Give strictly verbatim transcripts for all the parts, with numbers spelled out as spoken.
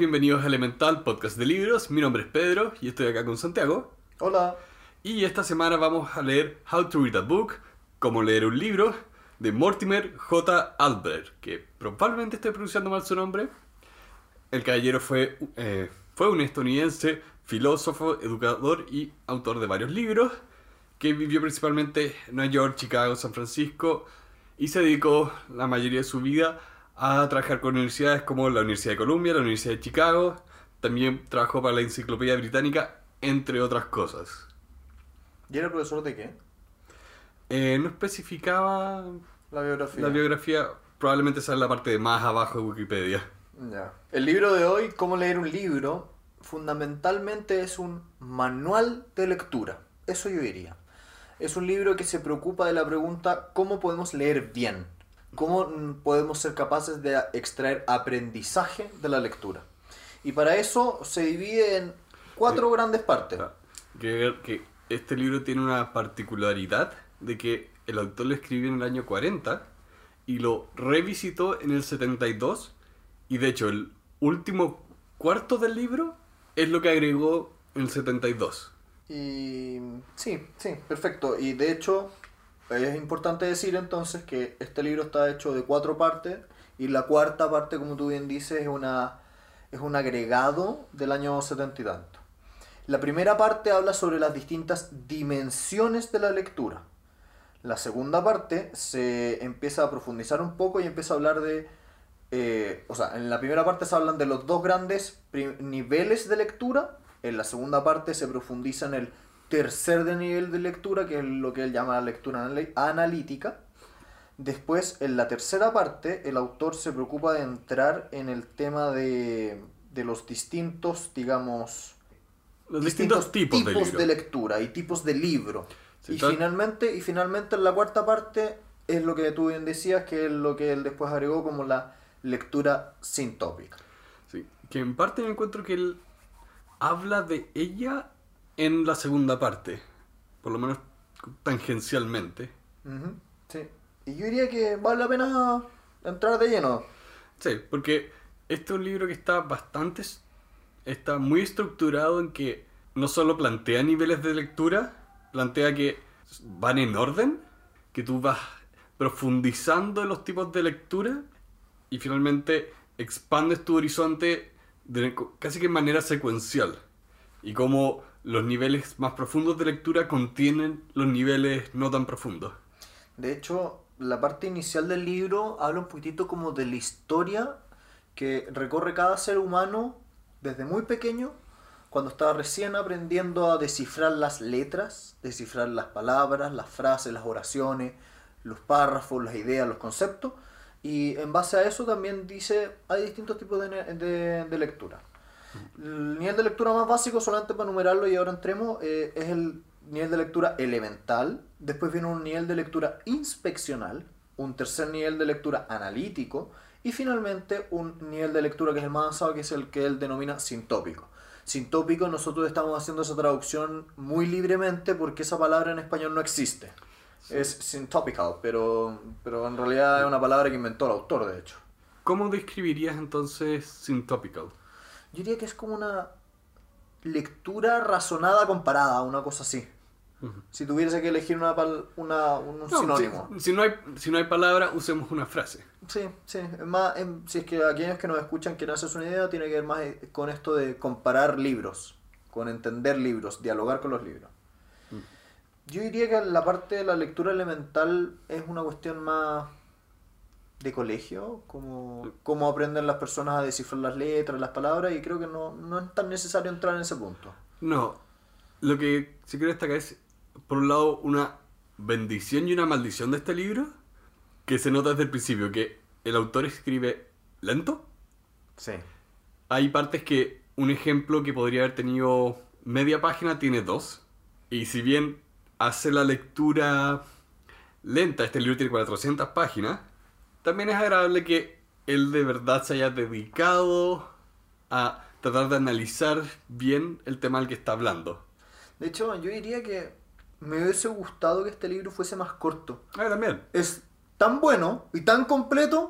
bienvenidos a Elemental, podcast de libros. Mi nombre es Pedro y estoy acá con Santiago. Hola. Y esta semana vamos a leer How to Read a Book, Cómo leer un libro, de Mortimer J. Albert, que probablemente estoy pronunciando mal su nombre. El caballero fue, eh, fue un estadounidense, filósofo, educador y autor de varios libros, que vivió principalmente en Nueva York, Chicago, San Francisco, y se dedicó la mayoría de su vida a trabajar con universidades como la Universidad de Columbia, la Universidad de Chicago. También trabajó para la Enciclopedia Británica, entre otras cosas. ¿Y era profesor de qué? Eh, no especificaba La biografía. la biografía, probablemente sale la parte de más abajo de Wikipedia. Ya. El libro de hoy, Cómo leer un libro, fundamentalmente es un manual de lectura. Eso yo diría. Es un libro que se preocupa de la pregunta ¿cómo podemos leer bien? ¿Cómo podemos ser capaces de extraer aprendizaje de la lectura? Y para eso se divide en cuatro Eh, grandes partes. Que, que este libro tiene una particularidad de que el autor lo escribió en el año cuarenta y lo revisitó en el setenta y dos, y de hecho el último cuarto del libro es lo que agregó en el setenta y dos. Y sí, sí, perfecto. Y de hecho es importante decir entonces que este libro está hecho de cuatro partes y la cuarta parte, como tú bien dices, es una es un agregado del año setenta y tanto. La primera parte habla sobre las distintas dimensiones de la lectura. La segunda parte se empieza a profundizar un poco y empieza a hablar de eh, o sea, en la primera parte se hablan de los dos grandes niveles de lectura. En la segunda parte se profundiza en el tercer de nivel de lectura, que es lo que él llama la lectura analítica. Después, en la tercera parte, el autor se preocupa de entrar en el tema de, de los distintos, digamos, Los distintos, distintos tipos, tipos de, de lectura y tipos de libro. Sí, y, tal... finalmente, y finalmente, en la cuarta parte, es lo que tú bien decías, que es lo que él después agregó como la lectura sintópica. Sí, que en parte me encuentro que él habla de ella en la segunda parte, por lo menos tangencialmente. Uh-huh, sí. Y yo diría que vale la pena entrar de lleno. Sí, porque este es un libro que está bastante... está muy estructurado en que no solo plantea niveles de lectura, plantea que van en orden, que tú vas profundizando en los tipos de lectura y finalmente expandes tu horizonte de, casi que en manera secuencial. Y cómo los niveles más profundos de lectura contienen los niveles no tan profundos. De hecho, la parte inicial del libro habla un poquitito como de la historia que recorre cada ser humano desde muy pequeño, cuando está recién aprendiendo a descifrar las letras, descifrar las palabras, las frases, las oraciones, los párrafos, las ideas, los conceptos. Y en base a eso también dice, hay distintos tipos de, de, de lectura. El nivel de lectura más básico, solamente para enumerarlo y ahora entremos, eh, es el nivel de lectura elemental. Después viene un nivel de lectura inspeccional, un tercer nivel de lectura analítico y finalmente un nivel de lectura que es el más avanzado, que es el que él denomina sintópico. Sintópico, nosotros estamos haciendo esa traducción muy libremente porque esa palabra en español no existe. Sí. Es syntopical, pero, pero en realidad es una palabra que inventó el autor, de hecho. ¿Cómo describirías entonces syntopical? Yo diría que es como una lectura razonada comparada, una cosa así. Uh-huh. Si tuviese que elegir una, una, un no, sinónimo. Si, si, no hay, si no hay palabra, usemos una frase. Sí, sí. Es más, en, si es que aquellos que nos escuchan quieren hacerse una idea, tiene que ver más con esto de comparar libros, con entender libros, dialogar con los libros. Uh-huh. Yo diría que la parte de la lectura elemental es una cuestión más de colegio, como cómo aprenden las personas a descifrar las letras, las palabras, y creo que no, no es tan necesario entrar en ese punto. No, lo que sí quiero destacar es, por un lado, una bendición y una maldición de este libro, que se nota desde el principio, que el autor escribe lento. Sí. Hay partes que un ejemplo que podría haber tenido media página tiene dos, y si bien hace la lectura lenta, este libro tiene cuatrocientas páginas, también es agradable que él de verdad se haya dedicado a tratar de analizar bien el tema al que está hablando. De hecho, yo diría que me hubiese gustado que este libro fuese más corto. Ah, también. Es tan bueno y tan completo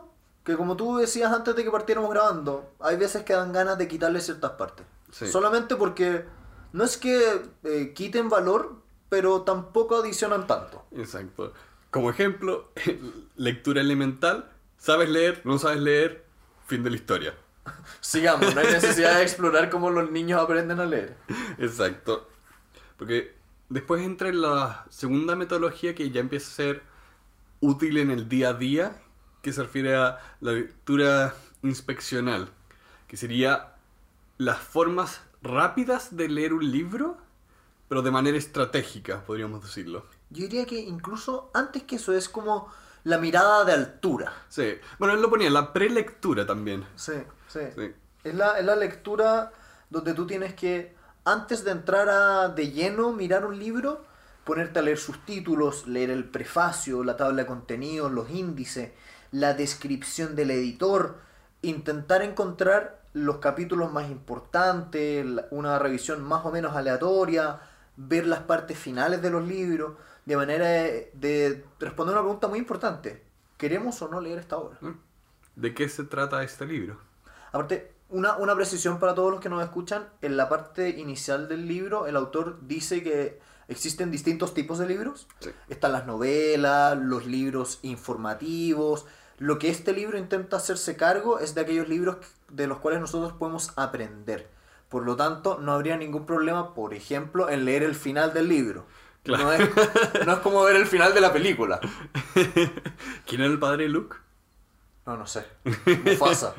que como tú decías antes de que partiéramos grabando, hay veces que dan ganas de quitarle ciertas partes. Sí. Solamente porque no es que eh, quiten valor, pero tampoco adicionan tanto. Exacto. Como ejemplo, lectura elemental, sabes leer, no sabes leer, fin de la historia. Sigamos, no hay necesidad de explorar cómo los niños aprenden a leer. Exacto. Porque después entra en la segunda metodología que ya empieza a ser útil en el día a día, que se refiere a la lectura inspeccional, que sería las formas rápidas de leer un libro, pero de manera estratégica, podríamos decirlo. Yo diría que incluso antes que eso es como la mirada de altura. Sí. Bueno, él lo ponía, la prelectura también. Sí, sí. Sí. Es la, es la lectura donde tú tienes que, antes de entrar a, de lleno, mirar un libro, ponerte a leer sus títulos, leer el prefacio, la tabla de contenidos, los índices, la descripción del editor, intentar encontrar los capítulos más importantes, una revisión más o menos aleatoria, ver las partes finales de los libros, de manera de, de responder una pregunta muy importante. ¿Queremos o no leer esta obra? ¿De qué se trata este libro? Aparte, una, una precisión para todos los que nos escuchan, en la parte inicial del libro el autor dice que existen distintos tipos de libros. Sí. Están las novelas, los libros informativos. Lo que este libro intenta hacerse cargo es de aquellos libros de los cuales nosotros podemos aprender. Por lo tanto, no habría ningún problema, por ejemplo, en leer el final del libro. Claro. No es, no es como ver el final de la película. ¿Quién era el padre de Luke? No, no sé. Mufasa.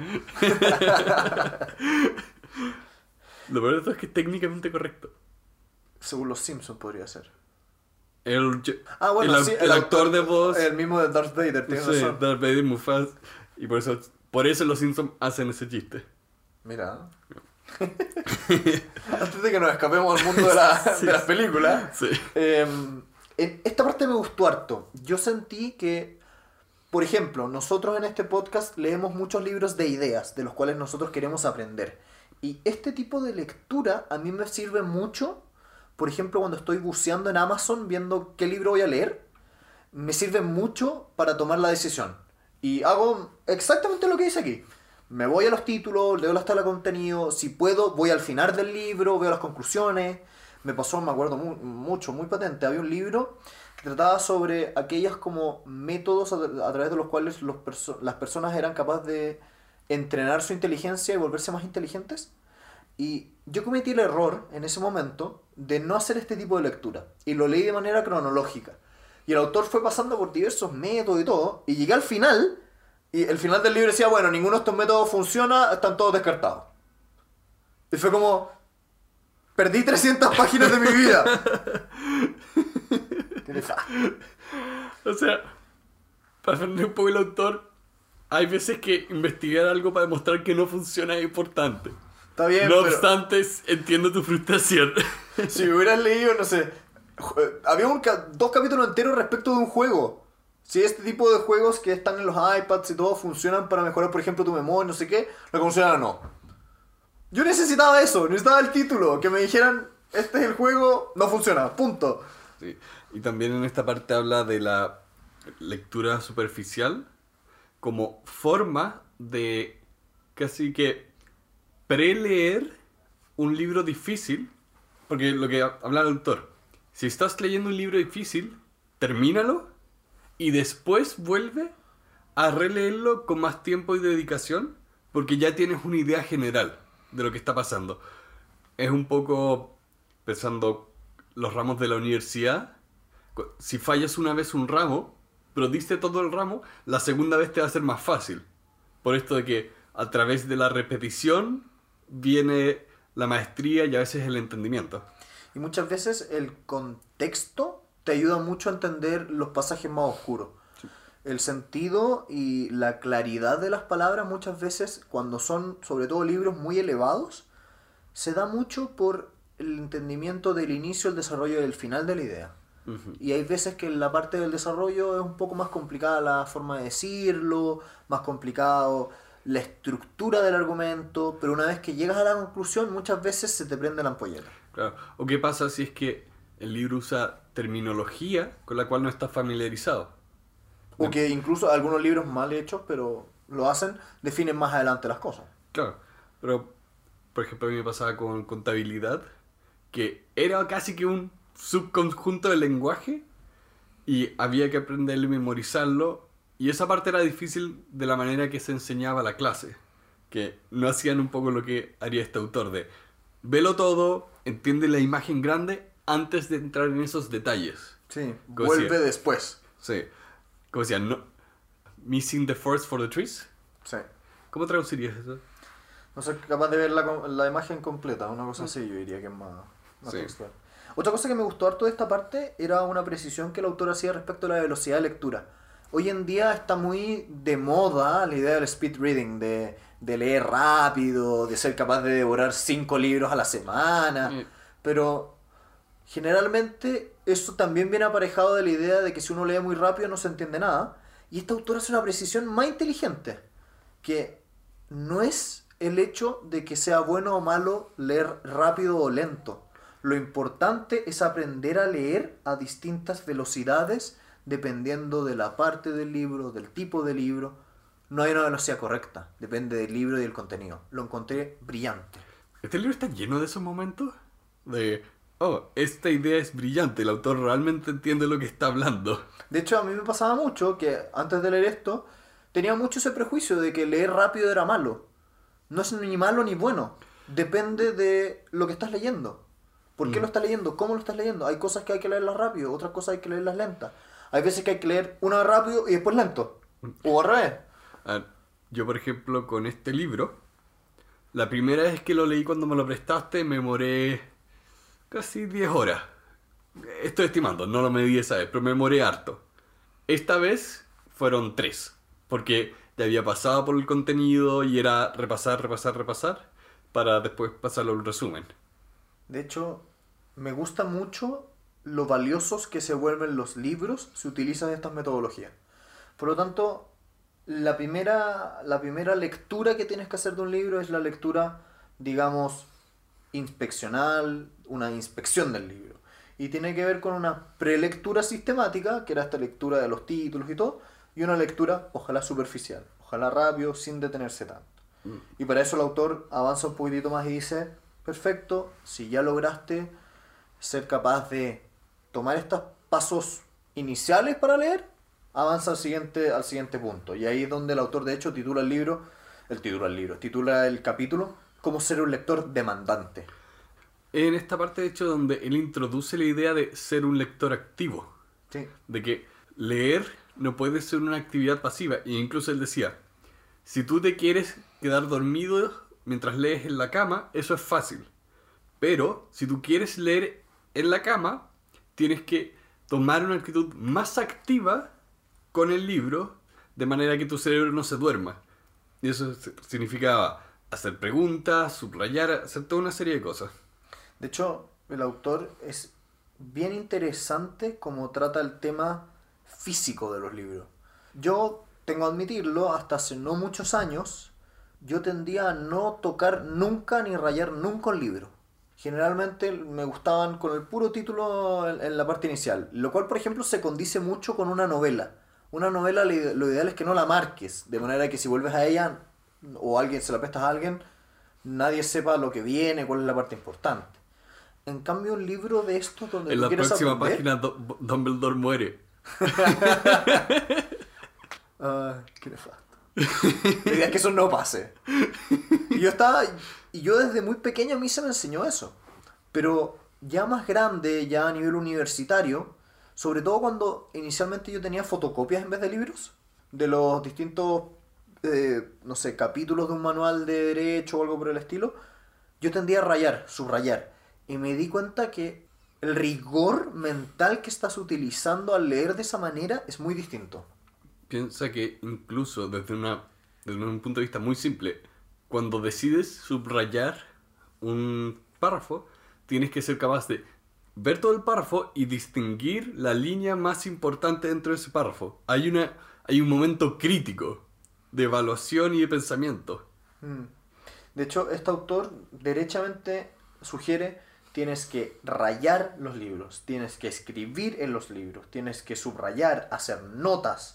Lo peor de todo es que es técnicamente correcto. Según los Simpsons podría ser. El, Ah, bueno, el, sí, el actor de voz. El mismo de Darth Vader, tienes Sí, razón. Darth Vader, Mufasa. Y por eso, por eso los Simpsons hacen ese chiste. Mira. Antes de que nos escapemos al mundo de, la, Sí. de las películas, Sí. eh, en esta parte me gustó harto. Yo sentí que, por ejemplo, nosotros en este podcast leemos muchos libros de ideas de los cuales nosotros queremos aprender. Y este tipo de lectura a mí me sirve mucho, por ejemplo, cuando estoy buceando en Amazon viendo qué libro voy a leer, me sirve mucho para tomar la decisión. Y hago exactamente lo que dice aquí. Me voy a los títulos, leo la tabla de contenido, si puedo voy al final del libro, veo las conclusiones. Me pasó, me acuerdo mu mucho, muy patente, había un libro que trataba sobre aquellos como métodos a, a través de los cuales los perso las personas eran capaces de entrenar su inteligencia y volverse más inteligentes. Y yo cometí el error en ese momento de no hacer este tipo de lectura. Y lo leí de manera cronológica. Y el autor fue pasando por diversos métodos y todo. Y llegué al final. Y el final del libro decía, bueno, ninguno de estos métodos funciona, están todos descartados. Y fue como, perdí trescientas páginas de mi vida. O sea, para defender un poco el autor, hay veces que investigar algo para demostrar que no funciona es importante. Está bien, No pero obstante, entiendo tu frustración. si me hubieras leído, no sé, había un ca dos capítulos enteros respecto de un juego. Si este tipo de juegos que están en los iPads y todo funcionan para mejorar, por ejemplo, tu memoria, no sé qué, lo que funciona no. Yo necesitaba eso, necesitaba el título, que me dijeran, este es el juego, no funciona, punto. Sí. Y también en esta parte habla de la lectura superficial como forma de casi que preleer un libro difícil, porque lo que habla el autor, si estás leyendo un libro difícil, termínalo y después vuelve a releerlo con más tiempo y dedicación, porque ya tienes una idea general de lo que está pasando. Es un poco pensando los ramos de la universidad. Si fallas una vez un ramo, pero diste todo el ramo, la segunda vez te va a ser más fácil. Por esto de que a través de la repetición viene la maestría y a veces el entendimiento. Y muchas veces el contexto te ayuda mucho a entender los pasajes más oscuros. Sí. El sentido y la claridad de las palabras muchas veces, cuando son sobre todo libros muy elevados, se da mucho por el entendimiento del inicio, el desarrollo y el final de la idea. Uh-huh. Y hay veces que en la parte del desarrollo es un poco más complicada la forma de decirlo, más complicado la estructura del argumento, pero una vez que llegas a la conclusión muchas veces se te prende la ampolleta. Claro. ¿O qué pasa si es que el libro usa terminología con la cual no estás familiarizado? O que incluso algunos libros mal hechos, pero lo hacen, definen más adelante las cosas. Claro, pero por ejemplo a mí me pasaba con contabilidad, que era casi que un subconjunto del lenguaje y había que aprenderlo y memorizarlo, y esa parte era difícil de la manera que se enseñaba la clase, que no hacían un poco lo que haría este autor de velo todo, entiende la imagen grande antes de entrar en esos detalles. Sí, Como vuelve decía, después. Sí, como decía, no, missing the forest for the trees. Sí. ¿Cómo traducirías eso? No soy capaz de ver la, la imagen completa, una cosa así yo diría que es más, más Sí. textual. Otra cosa que me gustó harto de esta parte era una precisión que el autor hacía respecto a la velocidad de lectura. Hoy en día está muy de moda la idea del speed reading, de, de leer rápido, de ser capaz de devorar cinco libros a la semana, Mm. pero generalmente eso también viene aparejado de la idea de que si uno lee muy rápido no se entiende nada, y este autor hace una precisión más inteligente, que no es el hecho de que sea bueno o malo leer rápido o lento. Lo importante es aprender a leer a distintas velocidades dependiendo de la parte del libro, del tipo de libro. No hay una velocidad correcta, depende del libro y del contenido. Lo encontré brillante. Este libro está lleno de esos momentos de, oh, esta idea es brillante, el autor realmente entiende lo que está hablando. De hecho, a mí me pasaba mucho que antes de leer esto, tenía mucho ese prejuicio de que leer rápido era malo. No es ni malo ni bueno. Depende de lo que estás leyendo. ¿Por qué Mm. lo estás leyendo? ¿Cómo lo estás leyendo? Hay cosas que hay que leerlas rápido, otras cosas hay que leerlas lentas. Hay veces que hay que leer una vez rápido y después lento. O al revés. A ver, yo, por ejemplo, con este libro, la primera vez que lo leí cuando me lo prestaste, me demoré casi diez horas. Estoy estimando, no lo medí esa vez, pero me demoré harto. Esta vez fueron tres, porque ya había pasado por el contenido y era repasar, repasar, repasar, para después pasarlo a un resumen. De hecho, me gusta mucho lo valiosos que se vuelven los libros si utilizas estas metodologías. Por lo tanto, la primera, la primera lectura que tienes que hacer de un libro es la lectura, digamos, inspeccional, una inspección del libro. Y tiene que ver con una prelectura sistemática, que era esta lectura de los títulos y todo, y una lectura, ojalá superficial, ojalá rápido, sin detenerse tanto. Mm. Y para eso el autor avanza un poquitito más y dice, perfecto, si ya lograste ser capaz de tomar estos pasos iniciales para leer, avanza al siguiente, al siguiente punto. Y ahí es donde el autor de hecho titula el libro, el titula el libro, titula el capítulo, cómo ser un lector demandante. En esta parte, de hecho, donde él introduce la idea de ser un lector activo. Sí. De que leer no puede ser una actividad pasiva. E incluso él decía, si tú te quieres quedar dormido mientras lees en la cama, eso es fácil. Pero si tú quieres leer en la cama, tienes que tomar una actitud más activa con el libro, de manera que tu cerebro no se duerma. Y eso significaba hacer preguntas, subrayar, hacer toda una serie de cosas. De hecho, el autor es bien interesante como trata el tema físico de los libros. Yo tengo que admitirlo, hasta hace no muchos años, yo tendía a no tocar nunca ni rayar nunca un libro. Generalmente me gustaban con el puro título en, en la parte inicial, lo cual, por ejemplo, se condice mucho con una novela. Una novela lo ideal es que no la marques, de manera que si vuelves a ella o alguien se la prestas a alguien, nadie sepa lo que viene, cuál es la parte importante. En cambio, un libro de estos donde En tú la quieres próxima aprender... página, Do- Dumbledore muere. Ay, qué nefasto. La idea es que eso no pase. Y yo estaba. Y yo desde muy pequeño a mí se me enseñó eso. Pero ya más grande, ya a nivel universitario, sobre todo cuando inicialmente yo tenía fotocopias en vez de libros, de los distintos, eh, no sé, capítulos de un manual de derecho o algo por el estilo, yo tendía a rayar, subrayar. Y me di cuenta que el rigor mental que estás utilizando al leer de esa manera es muy distinto. Piensa que incluso desde, una, desde un punto de vista muy simple, cuando decides subrayar un párrafo, tienes que ser capaz de ver todo el párrafo y distinguir la línea más importante dentro de ese párrafo. Hay, una, hay un momento crítico de evaluación y de pensamiento. Mm. De hecho, este autor derechamente sugiere tienes que rayar los libros, tienes que escribir en los libros, tienes que subrayar, hacer notas,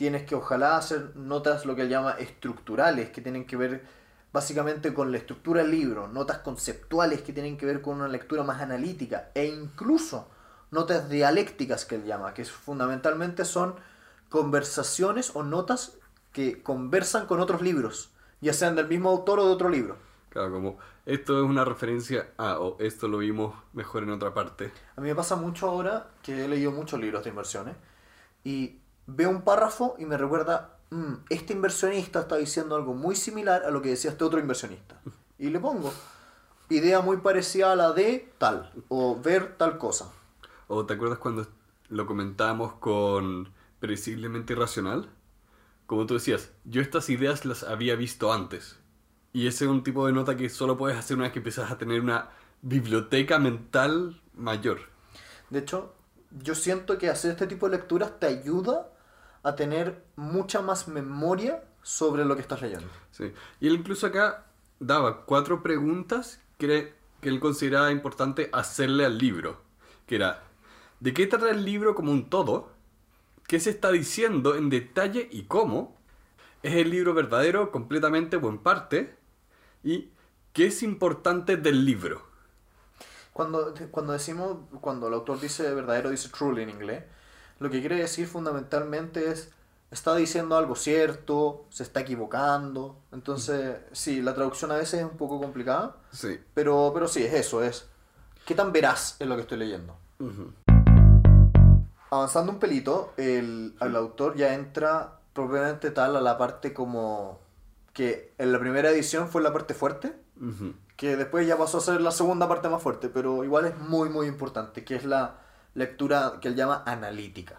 tienes que ojalá hacer notas lo que él llama estructurales, que tienen que ver básicamente con la estructura del libro, notas conceptuales que tienen que ver con una lectura más analítica, e incluso notas dialécticas que él llama, que fundamentalmente son conversaciones o notas que conversan con otros libros, ya sean del mismo autor o de otro libro. Claro, como esto es una referencia a, o esto lo vimos mejor en otra parte. A mí me pasa mucho ahora que he leído muchos libros de inversiones y veo un párrafo y me recuerda, mmm, este inversionista está diciendo algo muy similar a lo que decía este otro inversionista. Y le pongo, idea muy parecida a la de tal, o ver tal cosa. ¿O te acuerdas cuando lo comentábamos con Previsiblemente Irracional? Como tú decías, yo estas ideas las había visto antes. Y ese es un tipo de nota que solo puedes hacer una vez que empiezas a tener una biblioteca mental mayor. De hecho, yo siento que hacer este tipo de lecturas te ayuda a tener mucha más memoria sobre lo que estás leyendo. Sí. Y él incluso acá daba cuatro preguntas que, que él consideraba importante hacerle al libro. Que era, ¿de qué trata el libro como un todo? ¿Qué se está diciendo en detalle y cómo? ¿Es el libro verdadero completamente o en parte? ¿Y qué es importante del libro? Cuando, cuando decimos, cuando el autor dice verdadero, dice truly en inglés, lo que quiere decir fundamentalmente es, está diciendo algo cierto, se está equivocando. Entonces, sí, la traducción a veces es un poco complicada, Sí. pero, pero sí, es eso, es qué tan veraz es lo que estoy leyendo. Uh-huh. Avanzando un pelito, el, el autor ya entra propiamente tal a la parte como que en la primera edición fue la parte fuerte, Uh-huh. que después ya pasó a ser la segunda parte más fuerte, pero igual es muy muy importante, que es la lectura que él llama analítica.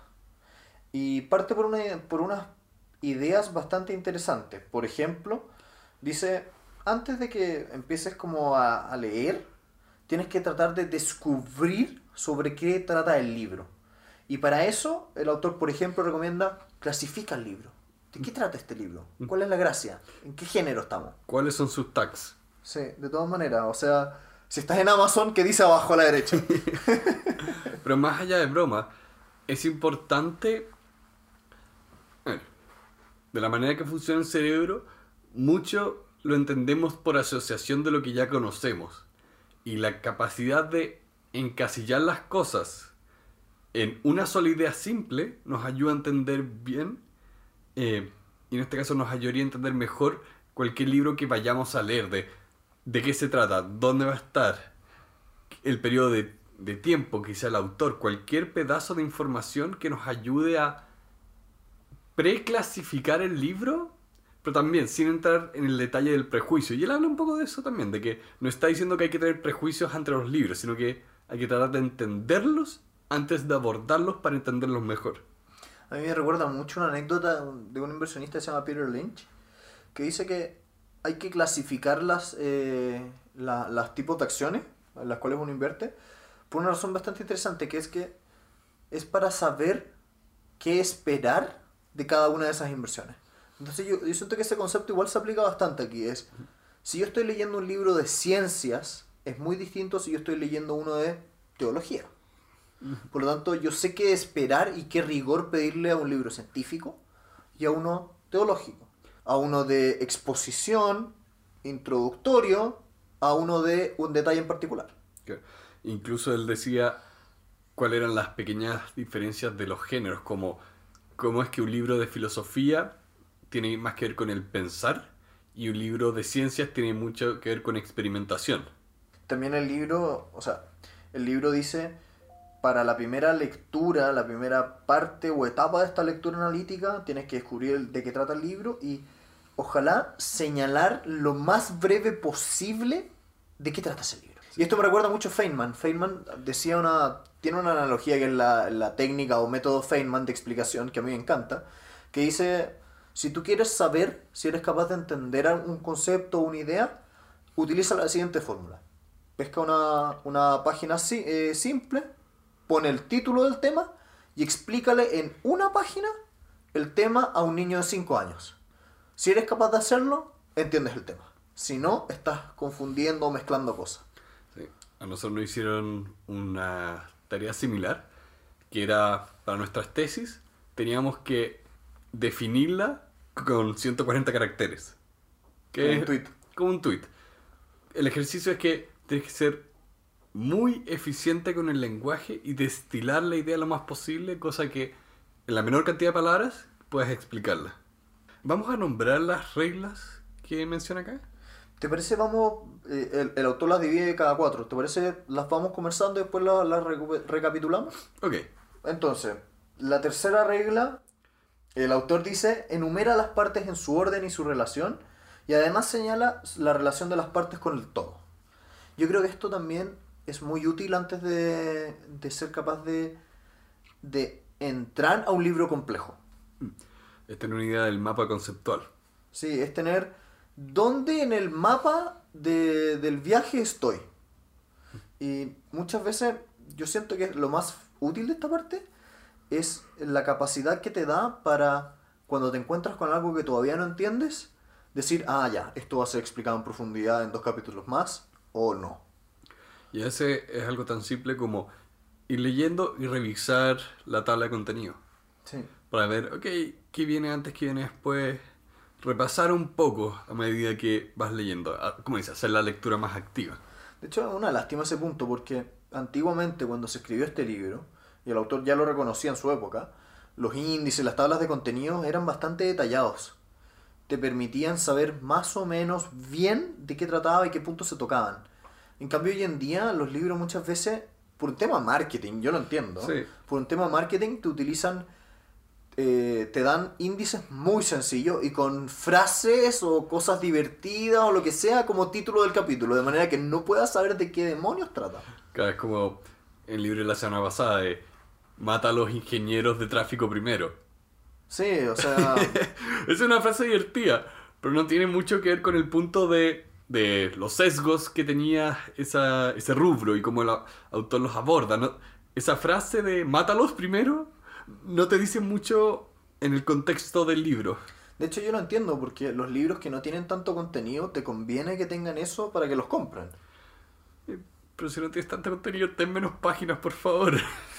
Y parte por, una, por unas ideas bastante interesantes. Por ejemplo, dice, antes de que empieces como a, a leer, tienes que tratar de descubrir sobre qué trata el libro. Y para eso, el autor, por ejemplo, recomienda clasifica el libro. ¿De qué trata este libro? ¿Cuál es la gracia? ¿En qué género estamos? ¿Cuáles son sus tags? Sí, de todas maneras. O sea, si estás en Amazon, ¿qué dice abajo a la derecha? Pero más allá de broma, es importante... Bueno, de la manera que funciona el cerebro, mucho lo entendemos por asociación de lo que ya conocemos. Y la capacidad de encasillar las cosas en una sola idea simple nos ayuda a entender bien, eh, y en este caso nos ayudaría a entender mejor cualquier libro que vayamos a leer, de, de qué se trata, dónde va a estar, el periodo de, de tiempo, quizá el autor, cualquier pedazo de información que nos ayude a preclasificar el libro, pero también sin entrar en el detalle del prejuicio. Y él habla un poco de eso también, de que no está diciendo que hay que tener prejuicios ante los libros, sino que hay que tratar de entenderlos antes de abordarlos para entenderlos mejor. A mí me recuerda mucho una anécdota de un inversionista que se llama Peter Lynch, que dice que hay que clasificar las, eh, la, las tipos de acciones en las cuales uno invierte por una razón bastante interesante, que es que es para saber qué esperar de cada una de esas inversiones. Entonces yo, yo siento que ese concepto igual se aplica bastante aquí. Es, si yo estoy leyendo un libro de ciencias, es muy distinto si yo estoy leyendo uno de teología. Por lo tanto, yo sé qué esperar y qué rigor pedirle a un libro científico y a uno teológico. A uno de exposición, introductorio, a uno de un detalle en particular. Claro. Incluso él decía cuáles eran las pequeñas diferencias de los géneros, como cómo es que un libro de filosofía tiene más que ver con el pensar y un libro de ciencias tiene mucho que ver con experimentación. También el libro, o sea, el libro dice, para la primera lectura, la primera parte o etapa de esta lectura analítica, tienes que descubrir de qué trata el libro y ojalá señalar lo más breve posible de qué trata ese libro. Y esto me recuerda mucho a Feynman. Feynman decía una, tiene una analogía que es la, la técnica o método Feynman de explicación que a mí me encanta, que dice, si tú quieres saber si eres capaz de entender un concepto o una idea, utiliza la siguiente fórmula. Pesca una, una página si, eh, simple, pone el título del tema y explícale en una página el tema a un niño de cinco años. Si eres capaz de hacerlo, entiendes el tema. Si no, estás confundiendo o mezclando cosas. Sí. A nosotros nos hicieron una tarea similar, que era para nuestras tesis, teníamos que definirla con ciento cuarenta caracteres. Que Como un es tweet. como un tweet. El ejercicio es que tienes que ser muy eficiente con el lenguaje y destilar la idea lo más posible, cosa que en la menor cantidad de palabras puedas explicarla. Vamos a nombrar las reglas que menciona acá. ¿Te parece vamos, eh, el, el autor las divide cada cuatro, ¿te parece las vamos conversando y después las, las recu- recapitulamos? Ok. Entonces, la tercera regla, el autor dice, enumera las partes en su orden y su relación y además señala la relación de las partes con el todo. Yo creo que esto también es muy útil antes de, de ser capaz de, de entrar a un libro complejo. Es tener una idea del mapa conceptual. Sí, es tener dónde en el mapa de, del viaje estoy. Y muchas veces yo siento que lo más útil de esta parte es la capacidad que te da para, cuando te encuentras con algo que todavía no entiendes, decir, ah, ya, esto va a ser explicado en profundidad en dos capítulos más, o no. Y ese es algo tan simple como ir leyendo y revisar la tabla de contenido. Sí. Para ver, ok, qué viene antes, qué viene después. Repasar un poco a medida que vas leyendo. Como dice, hacer la lectura más activa. De hecho, es una lástima ese punto, porque antiguamente cuando se escribió este libro, y el autor ya lo reconocía en su época, los índices, las tablas de contenido eran bastante detallados. Te permitían saber más o menos bien de qué trataba y qué puntos se tocaban. En cambio, hoy en día, los libros muchas veces, por un tema marketing, yo lo entiendo, Sí. por un tema marketing te utilizan, eh, te dan índices muy sencillos y con frases o cosas divertidas o lo que sea como título del capítulo, de manera que no puedas saber de qué demonios trata. Cada vez como el libro de la semana pasada de mata a los ingenieros de tráfico primero. Sí, o sea, Es una frase divertida, pero no tiene mucho que ver con el punto de, de los sesgos que tenía esa, ese rubro y cómo el au- autor los aborda, ¿no? Esa frase de mátalos primero no te dice mucho en el contexto del libro. de hecho yo lo entiendo porque los libros que no tienen tanto contenido te conviene que tengan eso para que los compren. Eh, Pero si no tienes tanto contenido, ten menos páginas, por favor.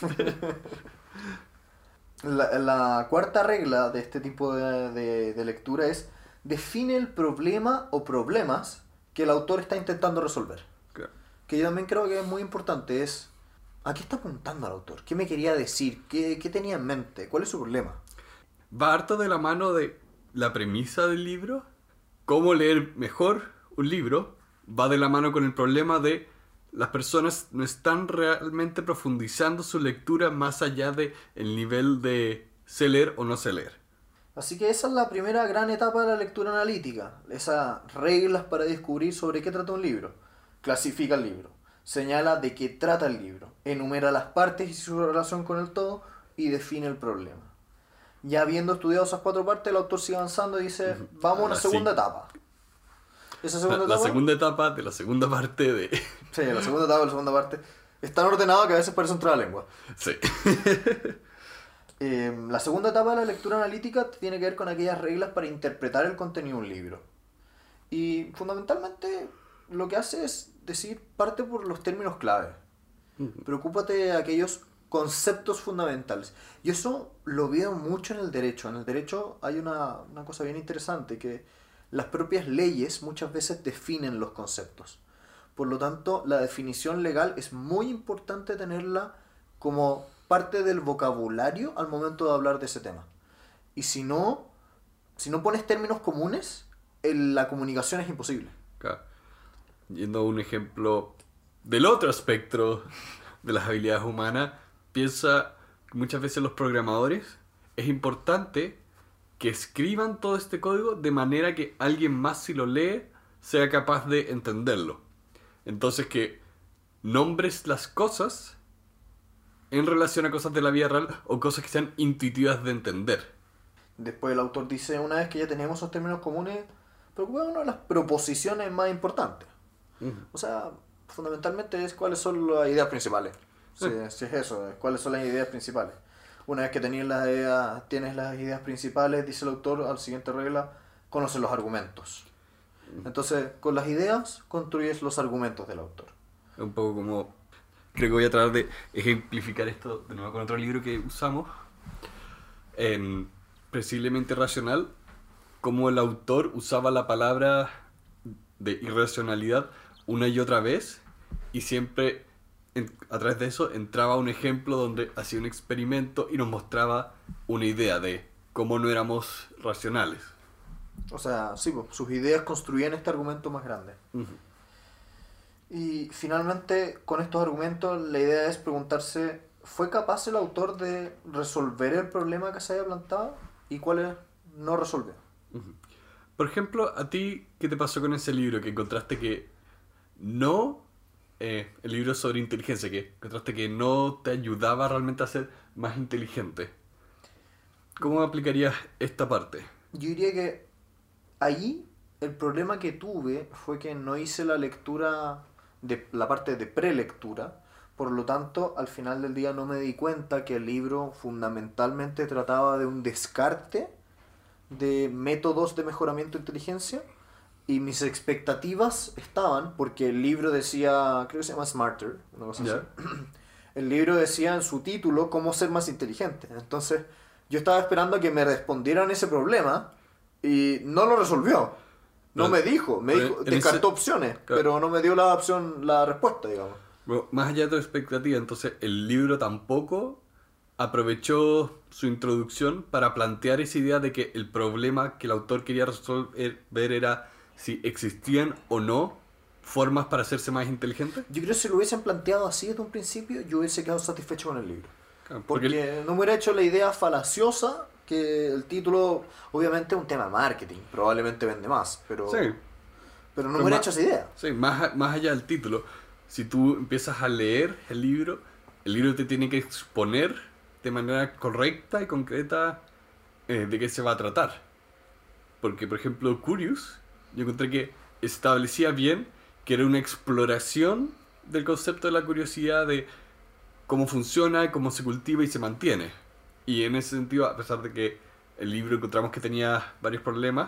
La, la cuarta regla de este tipo de, de- de lectura es define el problema o problemas que el autor está intentando resolver. Claro. Que yo también creo que es muy importante, es ¿a qué está apuntando el autor? ¿Qué me quería decir? ¿Qué, qué tenía en mente? ¿Cuál es su problema? Va harto de la mano de la premisa del libro. Cómo leer mejor un libro va de la mano con el problema de las personas no están realmente profundizando su lectura más allá de el nivel de sé leer o no sé leer. Así que esa es la primera gran etapa de la lectura analítica, esas reglas para descubrir sobre qué trata un libro. Clasifica el libro, señala de qué trata el libro, enumera las partes y su relación con el todo y define el problema. Ya habiendo estudiado esas cuatro partes, el autor sigue avanzando y dice, vamos a una Ahora segunda sí. etapa. Esa La, segunda la etapa, segunda etapa de la segunda parte de... sí, la segunda etapa, la segunda parte, es tan ordenado que a veces parece un trabalengua. Sí. Eh, la segunda etapa de la lectura analítica tiene que ver con aquellas reglas para interpretar el contenido de un libro. Y fundamentalmente lo que hace es decir, parte por los términos clave. Preocúpate de aquellos conceptos fundamentales. Y eso lo veo mucho en el derecho. En el derecho hay una, una cosa bien interesante, que las propias leyes muchas veces definen los conceptos. Por lo tanto, la definición legal es muy importante tenerla como parte del vocabulario al momento de hablar de ese tema. Y si no, si no pones términos comunes, el- la comunicación es imposible. Claro. Yendo a un ejemplo del otro espectro de las habilidades humanas, piensa que muchas veces los programadores es importante que escriban todo este código de manera que alguien más, si lo lee, sea capaz de entenderlo. Entonces que nombres las cosas en relación a cosas de la vida real o cosas que sean intuitivas de entender. Después el autor dice, una vez que ya tenemos esos términos comunes, preocupémonos de las proposiciones más importantes. O sea, fundamentalmente es cuáles son las ideas principales. Si, si es eso, es cuáles son las ideas principales. Una vez que tenías las ideas, tienes las ideas principales, dice el autor, al siguiente regla, conoces los argumentos. Entonces, con las ideas construyes los argumentos del autor. Un poco como... Creo que voy a tratar de ejemplificar esto de nuevo con otro libro que usamos. En precisamente racional, cómo el autor usaba la palabra de irracionalidad una y otra vez, y siempre en- a través de eso entraba un ejemplo donde hacía un experimento y nos mostraba una idea de cómo no éramos racionales. O sea, sí, pues, sus ideas construían este argumento más grande. Ujú. Y finalmente, con estos argumentos, la idea es preguntarse, ¿fue capaz el autor de resolver el problema que se había planteado? ¿Y cuáles no resolvió? Ujú. Por ejemplo, ¿a ti qué te pasó con ese libro que encontraste que no, eh, el libro sobre inteligencia, que encontraste que no te ayudaba realmente a ser más inteligente? ¿Cómo aplicarías esta parte? Yo diría que ahí el problema que tuve fue que no hice la lectura, de la parte de prelectura, por lo tanto, al final del día no me di cuenta que el libro fundamentalmente trataba de un descarte de métodos de mejoramiento de inteligencia, y mis expectativas estaban, porque el libro decía, creo que se llama Smarter, una cosa así. ¿Ya? El libro decía en su título cómo ser más inteligente. Entonces, yo estaba esperando a que me respondieran ese problema y no lo resolvió. No Pero- me dijo, me pero dijo, en descartó ese- opciones, claro. pero no me dio la opción, la respuesta, digamos. Bueno, más allá de tu expectativa, entonces el libro tampoco aprovechó su introducción para plantear esa idea de que el problema que el autor quería resolver era si existían o no formas para hacerse más inteligente. Yo creo que si lo hubiesen planteado así desde un principio, yo hubiese quedado satisfecho con el libro. Porque Porque el- no me hubiera hecho la idea falaciosa que el título, obviamente es un tema de marketing, probablemente vende más, pero, sí, pero no Pero me hubiera más- hecho esa idea. sí, más, a- más allá del título, si tú empiezas a leer el libro, el libro te tiene que exponer de manera correcta y concreta eh, de qué se va a tratar. Porque, por ejemplo, Curious, yo encontré que establecía bien que era una exploración del concepto de la curiosidad, de cómo funciona, cómo se cultiva y se mantiene. Y en ese sentido, a pesar de que el libro encontramos que tenía varios problemas,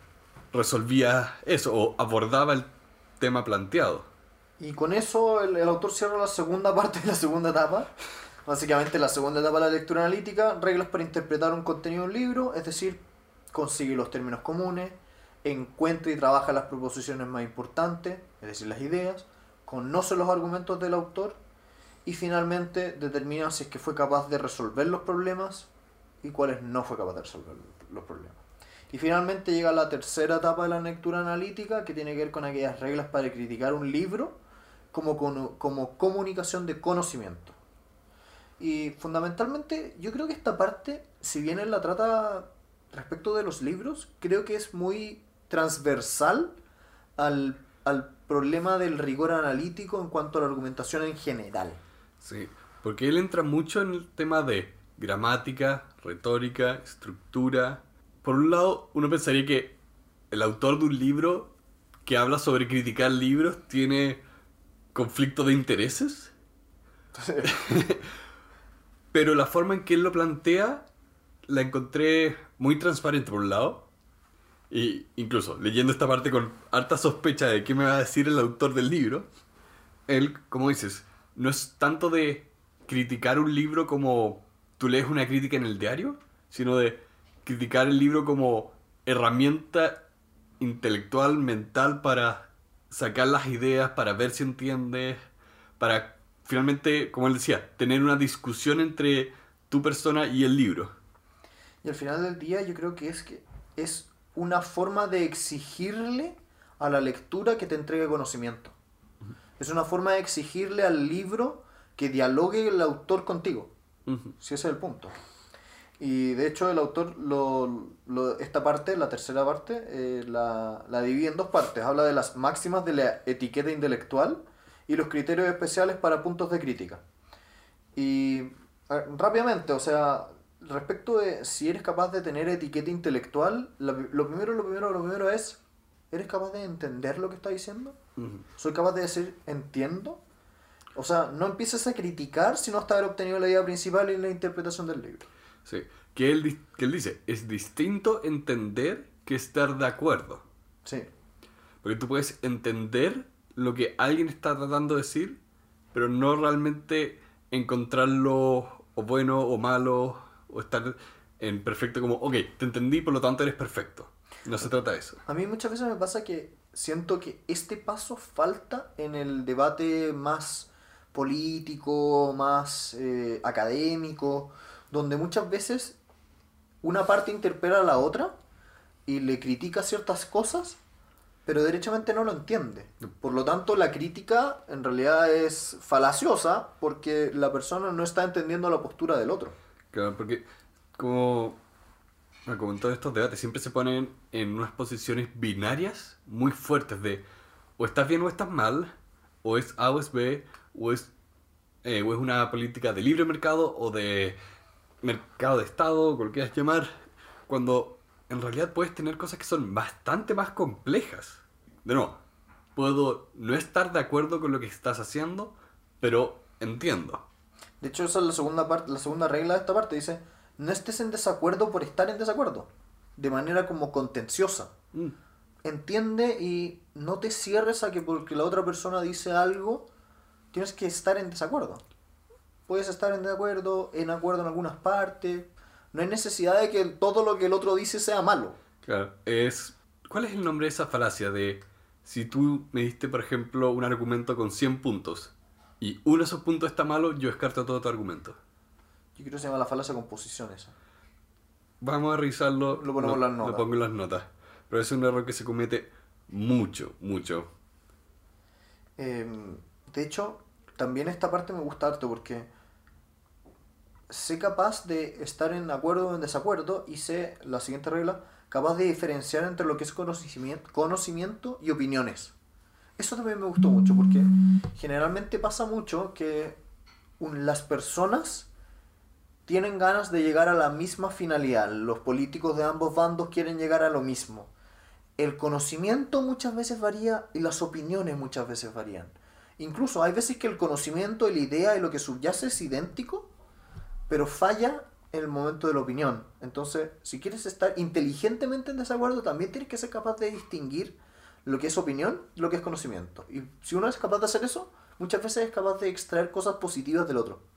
resolvía eso o abordaba el tema planteado. Y con eso el, el autor cierra la segunda parte de la segunda etapa. Básicamente la segunda etapa de la lectura analítica, reglas para interpretar un contenido de un libro, es decir, consigue los términos comunes, encuentra y trabaja las proposiciones más importantes, es decir, las ideas, conoce los argumentos del autor y finalmente determina si es que fue capaz de resolver los problemas y cuáles no fue capaz de resolver los problemas. Y finalmente llega a la tercera etapa de la lectura analítica, que tiene que ver con aquellas reglas para criticar un libro como, como, como comunicación de conocimiento. Y fundamentalmente yo creo que esta parte, si bien él la trata respecto de los libros, creo que es muy transversal al, al problema del rigor analítico en cuanto a la argumentación en general. Sí, porque él entra mucho en el tema de gramática, retórica, estructura. Por un lado, uno pensaría que el autor de un libro que habla sobre criticar libros tiene conflicto de intereses, pero la forma en que él lo plantea la encontré muy transparente por un lado, y incluso leyendo esta parte con harta sospecha de qué me va a decir el autor del libro, él, como dices, no es tanto de criticar un libro como tú lees una crítica en el diario, sino de criticar el libro como herramienta intelectual, mental, para sacar las ideas, para ver si entiendes, para finalmente, como él decía, tener una discusión entre tu persona y el libro. Y al final del día yo creo que es que es una forma de exigirle a la lectura que te entregue conocimiento. Es una forma de exigirle al libro que dialogue el autor contigo. Ujú. Si ese es el punto. Y de hecho el autor, lo, lo- esta parte, la tercera parte, eh, la, la divide en dos partes. Habla de las máximas de la etiqueta intelectual y los criterios especiales para puntos de crítica. Y a ver, rápidamente, o sea, respecto de si eres capaz de tener etiqueta intelectual, lo, lo primero, lo primero, lo primero es, ¿eres capaz de entender lo que está diciendo? Ujú. ¿Soy capaz de decir entiendo? O sea, no empieces a criticar sino hasta haber obtenido la idea principal y la interpretación del libro. Sí, que él, di- que él dice, es distinto entender que estar de acuerdo. Sí. Porque tú puedes entender lo que alguien está tratando de decir, pero no realmente encontrarlo o bueno o malo, o estar en perfecto como, ok, te entendí, por lo tanto eres perfecto. No se trata de eso. A mí muchas veces me pasa que siento que este paso falta en el debate más político, más eh, académico, donde muchas veces una parte interpela a la otra y le critica ciertas cosas, pero derechamente no lo entiende. Por lo tanto, la crítica en realidad es falaciosa porque la persona no está entendiendo la postura del otro. Claro, porque como, bueno, como en todos estos debates siempre se ponen en unas posiciones binarias muy fuertes de o estás bien o estás mal, o es A o es B, o es, eh, o es una política de libre mercado o de mercado de Estado, como lo quieras llamar, cuando en realidad puedes tener cosas que son bastante más complejas. De nuevo, puedo no estar de acuerdo con lo que estás haciendo, pero entiendo. De hecho, esa es la segunda parte, la segunda regla de esta parte. Dice, no estés en desacuerdo por estar en desacuerdo. De manera como contenciosa. Mm, Entiende y no te cierres a que porque la otra persona dice algo, tienes que estar en desacuerdo. Puedes estar en desacuerdo, en acuerdo en algunas partes. No hay necesidad de que todo lo que el otro dice sea malo. claro, es... ¿Cuál es el nombre de esa falacia de si tú me diste, por ejemplo, un argumento con cien puntos y uno de esos puntos está malo, yo descarto todo tu argumento? Yo creo que se llama la falacia de composición esa. Vamos a revisarlo, Lo ponemos en las notas. lo pongo en las notas. Pero es un error que se comete mucho, mucho. Eh, de hecho, también esta parte me gusta harto porque sé capaz de estar en acuerdo o en desacuerdo y sé, la siguiente regla, capaz de diferenciar entre lo que es conocimiento, conocimiento y opiniones. Eso también me gustó mucho porque generalmente pasa mucho que un- las personas tienen ganas de llegar a la misma finalidad. Los políticos de ambos bandos quieren llegar a lo mismo. El conocimiento muchas veces varía y las opiniones muchas veces varían. Incluso hay veces que el conocimiento, la idea y lo que subyace es idéntico, pero falla en el momento de la opinión. Entonces, si quieres estar inteligentemente en desacuerdo, también tienes que ser capaz de distinguir lo que es opinión y lo que es conocimiento. Y si uno es capaz de hacer eso, muchas veces es capaz de extraer cosas positivas del otro.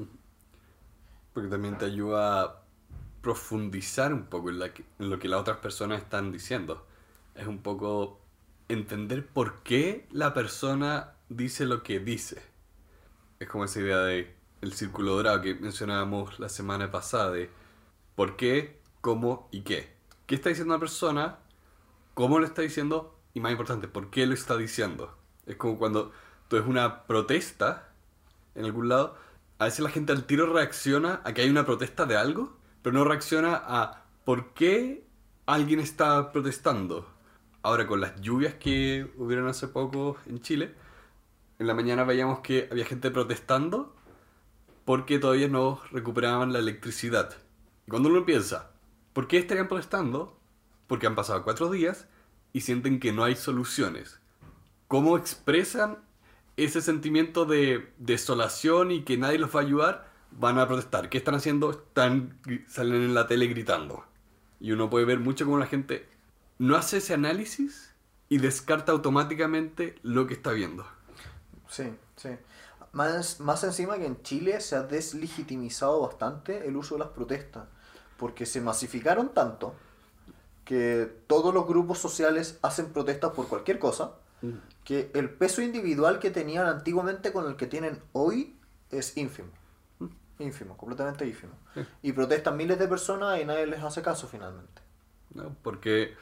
Porque también te ayuda a profundizar un poco en, la que- en lo que las otras personas están diciendo. Es un poco entender por qué la persona dice lo que dice. Es como esa idea de el círculo dorado que mencionábamos la semana pasada de por qué, cómo y qué. ¿Qué está diciendo una persona? ¿Cómo lo está diciendo? Y más importante, ¿por qué lo está diciendo? Es como cuando tú ves una protesta en algún lado, a veces la gente al tiro reacciona a que hay una protesta de algo, pero no reacciona a por qué alguien está protestando. Ahora, con las lluvias que hubieron hace poco en Chile, en la mañana veíamos que había gente protestando porque todavía no recuperaban la electricidad. Y cuando uno piensa, ¿por qué estarían protestando? Porque han pasado cuatro días y sienten que no hay soluciones. ¿Cómo expresan ese sentimiento de desolación y que nadie los va a ayudar? Van a protestar. ¿Qué están haciendo? Están, salen en la tele gritando. Y uno puede ver mucho cómo la gente no hace ese análisis y descarta automáticamente lo que está viendo. Sí, sí. Más, más encima que en Chile se ha deslegitimizado bastante el uso de las protestas, porque se masificaron tanto que todos los grupos sociales hacen protestas por cualquier cosa, que el peso individual que tenían antiguamente con el que tienen hoy es ínfimo. Ínfimo, completamente ínfimo. Sí. Y protestan miles de personas y nadie les hace caso finalmente. ¿No? Porque...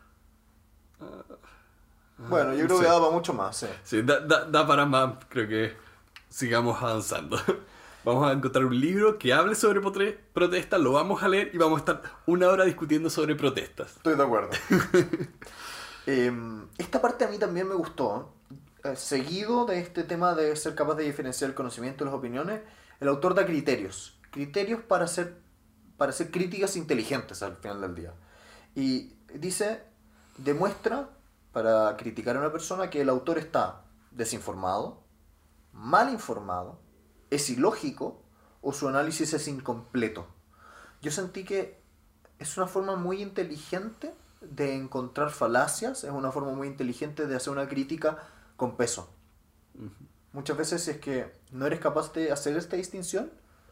Bueno, yo creo sí. que da para mucho más, sí. Sí, da, da, da para más, creo que sigamos avanzando. Vamos a encontrar un libro que hable sobre potre- protestas, lo vamos a leer y vamos a estar una hora discutiendo sobre protestas. Estoy de acuerdo. Eh, esta parte a mí también me gustó. Eh, seguido de este tema de ser capaz de diferenciar el conocimiento y las opiniones, el autor da criterios. Criterios para hacer, para hacer críticas inteligentes al final del día. Y dice, demuestra para criticar a una persona que el autor está desinformado, mal informado, es ilógico o su análisis es incompleto. Yo sentí que es una forma muy inteligente de encontrar falacias, es una forma muy inteligente de hacer una crítica con peso. Muchas veces si es que no eres capaz de hacer esta distinción,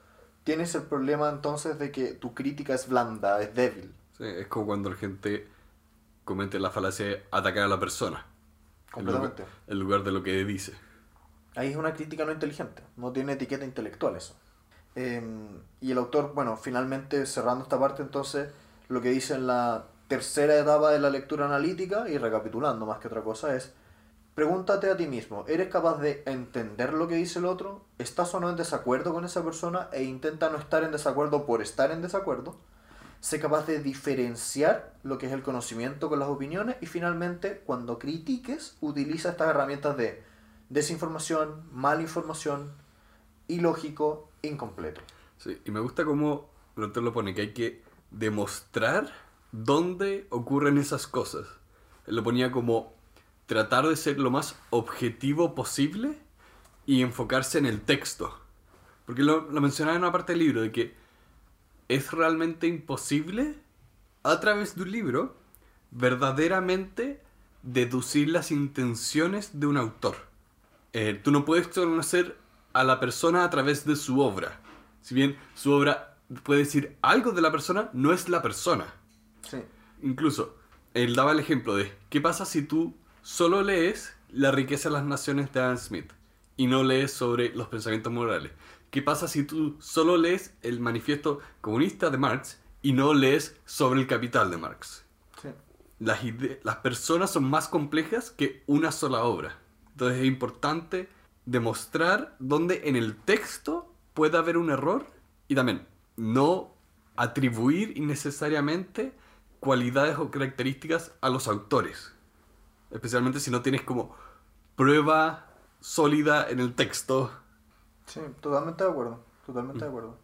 tienes el problema entonces de que tu crítica es blanda, es débil. Sí, es como cuando la gente comete la falacia de atacar a la persona. Completamente. En lugar, en lugar de lo que dice. Ahí es una crítica no inteligente, no tiene etiqueta intelectual eso. Eh, y el autor, bueno, finalmente cerrando esta parte, entonces, lo que dice en la tercera etapa de la lectura analítica, y recapitulando más que otra cosa, es: pregúntate a ti mismo, ¿eres capaz de entender lo que dice el otro? ¿Estás o no en desacuerdo con esa persona? E intenta no estar en desacuerdo por estar en desacuerdo. Sé capaz de diferenciar lo que es el conocimiento con las opiniones. Y finalmente, cuando critiques, utiliza estas herramientas de desinformación, malinformación, ilógico, incompleto. Sí, y me gusta cómo el autor lo pone, que hay que demostrar dónde ocurren esas cosas. Él lo ponía como tratar de ser lo más objetivo posible y enfocarse en el texto. Porque lo, lo mencionaba en una parte del libro, de que es realmente imposible, a través de un libro, verdaderamente deducir las intenciones de un autor. Eh, tú no puedes conocer a la persona a través de su obra. Si bien su obra puede decir algo de la persona, no es la persona. Sí. Incluso, él daba el ejemplo de ¿qué pasa si tú solo lees La riqueza de las naciones de Adam Smith y no lees sobre los pensamientos morales? ¿Qué pasa si tú solo lees el manifiesto comunista de Marx y no lees sobre el capital de Marx? Sí. Las, ide- las personas son más complejas que una sola obra. Entonces es importante demostrar dónde en el texto puede haber un error y también no atribuir innecesariamente cualidades o características a los autores. Especialmente si no tienes como prueba sólida en el texto. Sí, totalmente de acuerdo. Totalmente de acuerdo.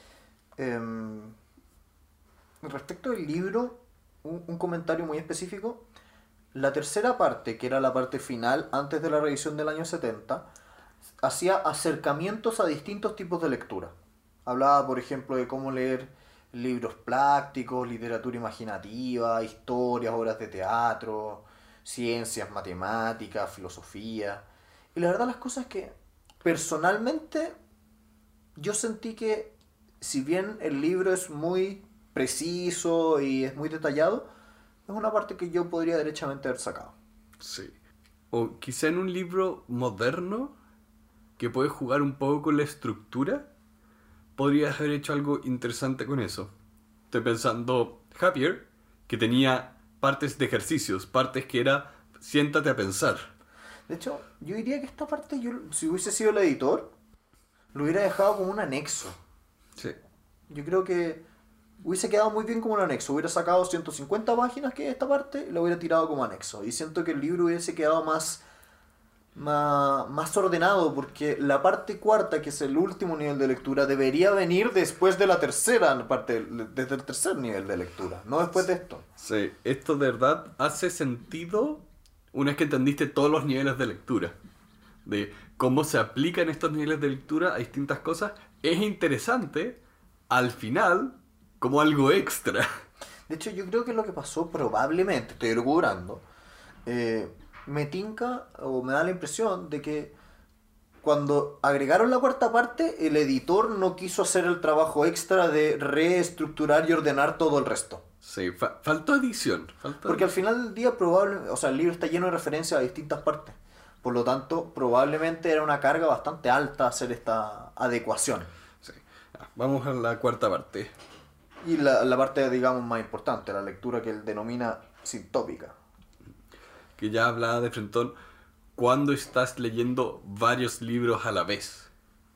Eh, respecto del libro, un, un comentario muy específico. La tercera parte, que era la parte final antes de la revisión del año setenta, hacía acercamientos a distintos tipos de lectura. Hablaba, por ejemplo, de cómo leer libros prácticos, literatura imaginativa, historias, obras de teatro, ciencias, matemáticas, filosofía. Y la verdad las cosas es que personalmente yo sentí que si bien el libro es muy preciso y es muy detallado, es una parte que yo podría derechamente haber sacado. Sí. O quizá en un libro moderno que puede jugar un poco con la estructura, podrías haber hecho algo interesante con eso. Estoy pensando Happier, que tenía partes de ejercicios, partes que era siéntate a pensar. De hecho, yo diría que esta parte, yo, si hubiese sido el editor, lo hubiera dejado como un anexo. Sí. Yo creo que hubiese quedado muy bien como un anexo. Hubiera sacado ciento cincuenta páginas que es esta parte y lo hubiera tirado como anexo. Y siento que el libro hubiese quedado más, más, más ordenado, porque la parte cuarta, que es el último nivel de lectura, debería venir después de la tercera parte, desde el tercer nivel de lectura, no después de esto. Sí, esto de verdad hace sentido una vez que entendiste todos los niveles de lectura. De cómo se aplican estos niveles de lectura a distintas cosas. Es interesante, al final, como algo extra. De hecho, yo creo que lo que pasó probablemente, estoy elucubrando, eh, me tinca o me da la impresión de que cuando agregaron la cuarta parte, el editor no quiso hacer el trabajo extra de reestructurar y ordenar todo el resto. Sí, fa- faltó edición. Faltó Porque al final del día, probablemente, o sea, el libro está lleno de referencias a distintas partes. Por lo tanto, probablemente era una carga bastante alta hacer esta adecuación. Sí. Ah, vamos a la cuarta parte. Y la, la parte, digamos, más importante, la lectura que él denomina sintópica. Que ya hablaba de frentón cuando estás leyendo varios libros a la vez.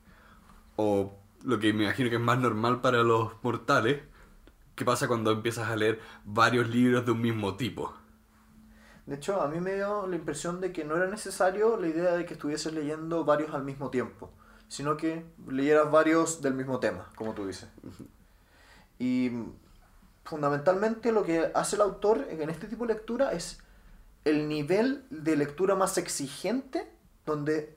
O lo que me imagino que es más normal para los mortales. ¿Qué pasa cuando empiezas a leer varios libros de un mismo tipo? De hecho, a mí me dio la impresión de que no era necesario la idea de que estuvieses leyendo varios al mismo tiempo, sino que leyeras varios del mismo tema, como tú dices. Y fundamentalmente lo que hace el autor en este tipo de lectura es el nivel de lectura más exigente, donde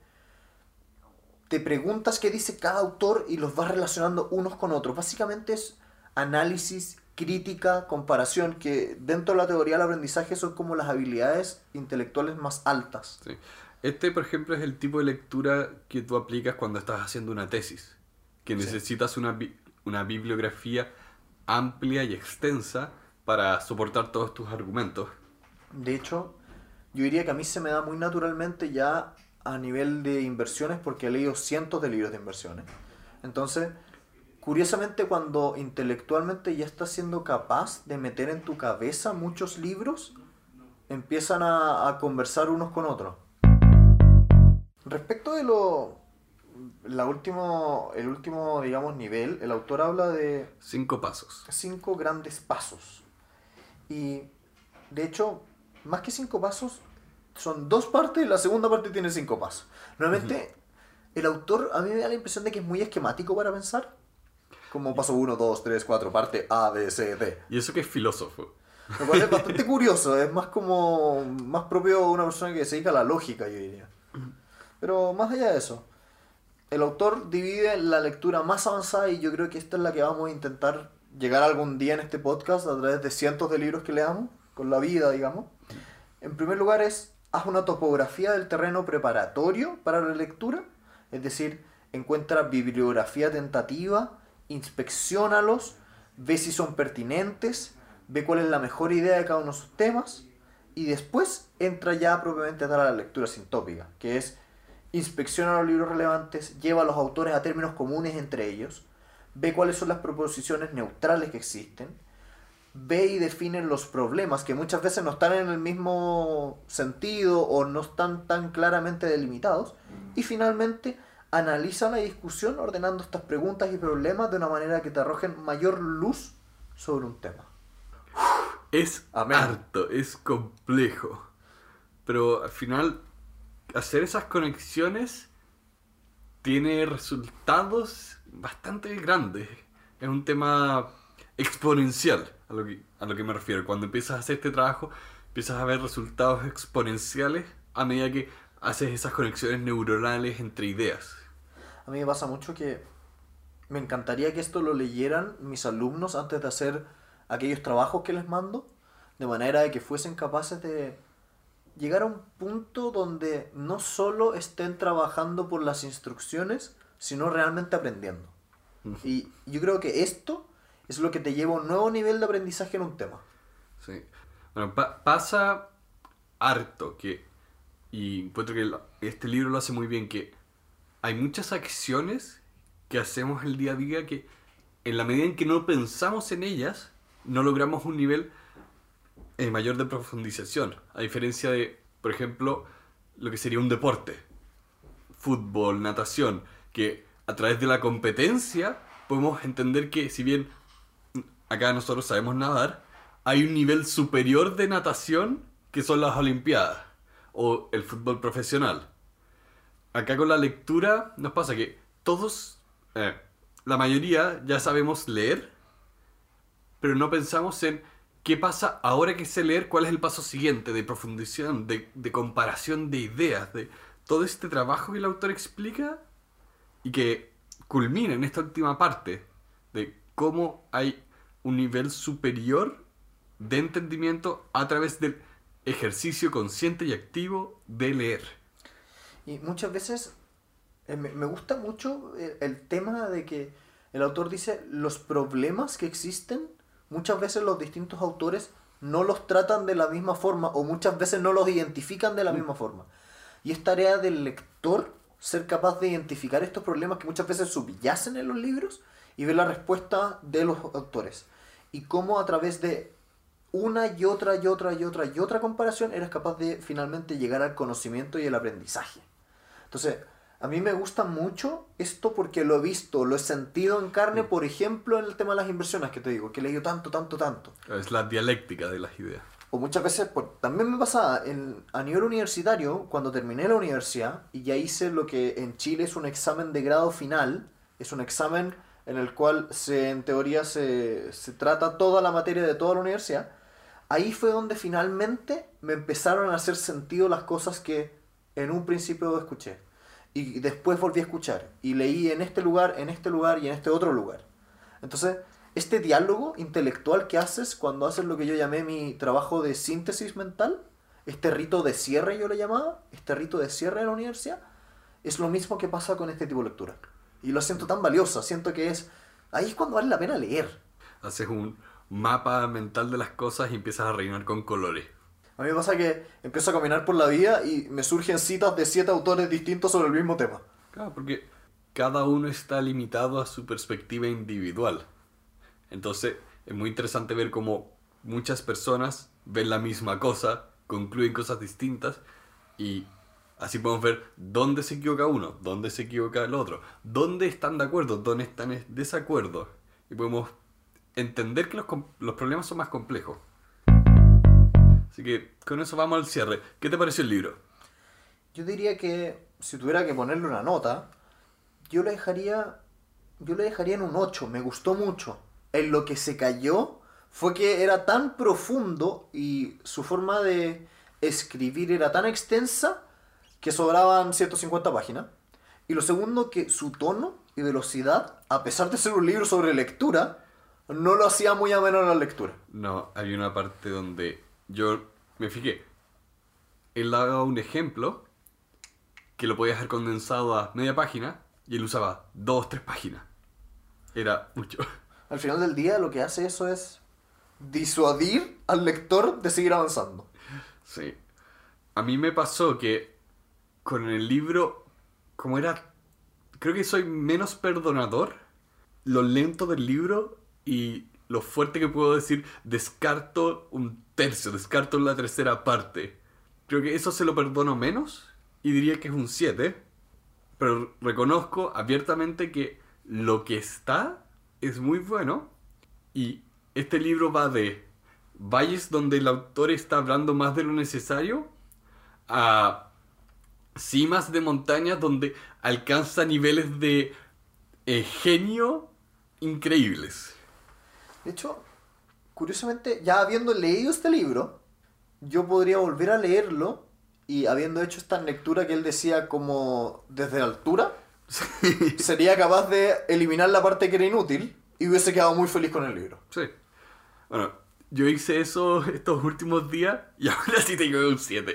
te preguntas qué dice cada autor y los vas relacionando unos con otros. Básicamente es análisis, crítica, comparación, que dentro de la teoría del aprendizaje son como las habilidades intelectuales más altas. Sí. Este, por ejemplo, es el tipo de lectura que tú aplicas cuando estás haciendo una tesis. Que necesitas una, vi- una bibliografía amplia y extensa para soportar todos tus argumentos. De hecho, yo diría que a mí se me da muy naturalmente ya a nivel de inversiones porque he leído cientos de libros de inversiones. Entonces, curiosamente, cuando intelectualmente ya estás siendo capaz de meter en tu cabeza muchos libros, empiezan a, a conversar unos con otros. Respecto de lo... La último, el último, digamos, nivel, el autor habla de Cinco pasos. cinco grandes pasos. Y, de hecho, más que cinco pasos, son dos partes y la segunda parte tiene cinco pasos. Normalmente, uh-huh. el autor a mí me da la impresión de que es muy esquemático para pensar. Como paso uno, dos, tres, cuatro, parte A, B, C, D. Y eso que es filósofo. Lo cual es bastante curioso, es más como más propio de una persona que se dedica a la lógica, yo diría. Pero más allá de eso, el autor divide la lectura más avanzada y yo creo que esta es la que vamos a intentar llegar algún día en este podcast a través de cientos de libros que leamos, con la vida, digamos. En primer lugar es, haz una topografía del terreno preparatorio para la lectura, es decir, encuentra bibliografía tentativa, inspecciónalos, ve si son pertinentes, ve cuál es la mejor idea de cada uno de sus temas y después entra ya propiamente a dar a la lectura sintópica, que es inspecciona los libros relevantes, lleva a los autores a términos comunes entre ellos, ve cuáles son las proposiciones neutrales que existen, ve y define los problemas que muchas veces no están en el mismo sentido o no están tan claramente delimitados y finalmente analiza la discusión ordenando estas preguntas y problemas de una manera que te arrojen mayor luz sobre un tema. Es Amén. harto, es complejo. Pero al final, hacer esas conexiones tiene resultados bastante grandes. Es un tema exponencial a lo que, a lo que me refiero. Cuando empiezas a hacer este trabajo, empiezas a ver resultados exponenciales a medida que haces esas conexiones neuronales entre ideas. A mí me pasa mucho que me encantaría que esto lo leyeran mis alumnos antes de hacer aquellos trabajos que les mando, de manera de que fuesen capaces de llegar a un punto donde no solo estén trabajando por las instrucciones, sino realmente aprendiendo. Y yo creo que esto es lo que te lleva a un nuevo nivel de aprendizaje en un tema. Sí. Bueno, pa- pasa harto que, y encuentro que este libro lo hace muy bien, que hay muchas acciones que hacemos el día a día que en la medida en que no pensamos en ellas, no logramos un nivel eh, mayor de profundización. A diferencia de, por ejemplo, lo que sería un deporte. Fútbol, natación, que a través de la competencia podemos entender que si bien acá nosotros sabemos nadar, hay un nivel superior de natación que son las Olimpiadas o el fútbol profesional. Acá con la lectura nos pasa que todos, eh, la mayoría ya sabemos leer, pero no pensamos en qué pasa ahora que sé leer, cuál es el paso siguiente de profundización, de, de comparación de ideas, de todo este trabajo que el autor explica y que culmina en esta última parte de cómo hay un nivel superior de entendimiento a través del ejercicio consciente y activo de leer. Y muchas veces eh, me, me gusta mucho el, el tema de que el autor dice los problemas que existen, muchas veces los distintos autores no los tratan de la misma forma o muchas veces no los identifican de la misma forma. Y es tarea del lector ser capaz de identificar estos problemas que muchas veces subyacen en los libros y ver la respuesta de los autores. Y cómo a través de una y otra y otra y otra y otra comparación eres capaz de finalmente llegar al conocimiento y el aprendizaje. Entonces, a mí me gusta mucho esto porque lo he visto, lo he sentido en carne, por ejemplo, en el tema de las inversiones que te digo, que he leído tanto, tanto, tanto. Es la dialéctica de las ideas. O muchas veces, por, también me pasaba en, a nivel universitario, cuando terminé la universidad y ya hice lo que en Chile es un examen de grado final, es un examen en el cual se, en teoría se, se trata toda la materia de toda la universidad, ahí fue donde finalmente me empezaron a hacer sentido las cosas que en un principio escuché. Y después volví a escuchar. Y leí en este lugar, en este lugar y en este otro lugar. Entonces, este diálogo intelectual que haces cuando haces lo que yo llamé mi trabajo de síntesis mental, este rito de cierre yo le llamaba, este rito de cierre de la universidad, es lo mismo que pasa con este tipo de lectura. Y lo siento tan valiosa, siento que es ahí es cuando vale la pena leer. Haces un mapa mental de las cosas y empiezas a rellenar con colores. A mí me pasa que empiezo a caminar por la vida y me surgen citas de siete autores distintos sobre el mismo tema. Claro, porque cada uno está limitado a su perspectiva individual. Entonces, es muy interesante ver cómo muchas personas ven la misma cosa, concluyen cosas distintas y así podemos ver dónde se equivoca uno, dónde se equivoca el otro, dónde están de acuerdo, dónde están en desacuerdo. Y podemos entender que los, los problemas son más complejos. Así que con eso vamos al cierre. ¿Qué te pareció el libro? Yo diría que si tuviera que ponerle una nota, yo le dejaría, yo le dejaría en un ocho. Me gustó mucho. En lo que se cayó fue que era tan profundo y su forma de escribir era tan extensa que sobraban ciento cincuenta páginas. Y lo segundo, que su tono y velocidad, a pesar de ser un libro sobre lectura, no lo hacía muy ameno la lectura. No, hay una parte donde yo me fijé. Él daba un ejemplo que lo podía dejar condensado a media página y él usaba dos, tres páginas. Era mucho. Al final del día lo que hace eso es disuadir al lector de seguir avanzando. Sí. A mí me pasó que con el libro, como era, creo que soy menos perdonador, lo lento del libro y lo fuerte que puedo decir, descarto un tercio, descarto la tercera parte. Creo que eso se lo perdono menos y diría que es un siete, pero reconozco abiertamente que lo que está es muy bueno y este libro va de valles donde el autor está hablando más de lo necesario a cimas de montañas donde alcanza niveles de eh, genio increíbles. De hecho, curiosamente, ya habiendo leído este libro, yo podría volver a leerlo y habiendo hecho esta lectura que él decía como desde la altura, sí, sería capaz de eliminar la parte que era inútil y hubiese quedado muy feliz con el libro. Sí. Bueno, yo hice eso estos últimos días y ahora sí tengo un siete.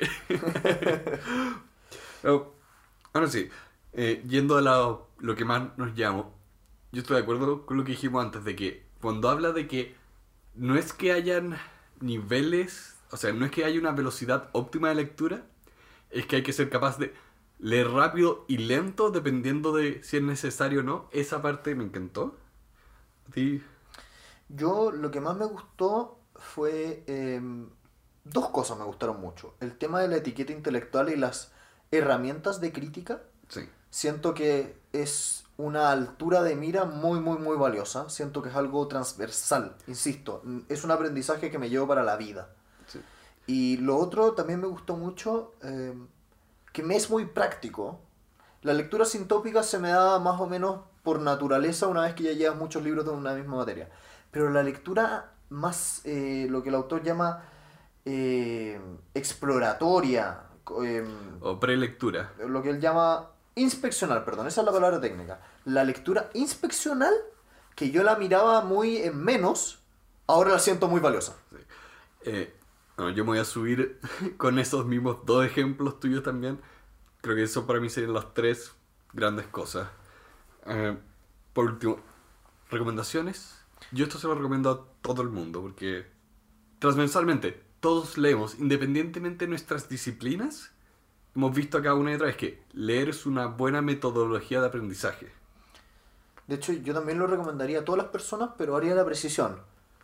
Pero, ahora sí, eh, yendo a la, lo que más nos llama, yo estoy de acuerdo con lo que dijimos antes, de que cuando habla de que no es que hayan niveles, o sea, no es que haya una velocidad óptima de lectura, es que hay que ser capaz de leer rápido y lento dependiendo de si es necesario o no. Esa parte me encantó. ¿A ti? Yo lo que más me gustó fue... Eh, dos cosas me gustaron mucho. El tema de la etiqueta intelectual y las herramientas de crítica. Sí. Siento que es una altura de mira muy, muy, muy valiosa. Siento que es algo transversal, insisto. Es un aprendizaje que me llevo para la vida. Sí. Y lo otro también me gustó mucho, eh, que me es muy práctico. La lectura sintópica se me da más o menos por naturaleza una vez que ya llevas muchos libros de una misma materia. Pero la lectura más, eh, lo que el autor llama eh, exploratoria, eh, o prelectura. lo que él llama inspeccional, perdón, esa es la palabra técnica. La lectura inspeccional, que yo la miraba muy en menos, ahora la siento muy valiosa. Sí. Eh, bueno, yo me voy a subir con esos mismos dos ejemplos tuyos también. Creo que eso para mí serían las tres grandes cosas. Eh, por último, recomendaciones. Yo esto se lo recomiendo a todo el mundo porque transversalmente todos leemos, independientemente de nuestras disciplinas. Hemos visto acá una y otra vez que leer es una buena metodología de aprendizaje. De hecho, yo también lo recomendaría a todas las personas, pero haría la precisión.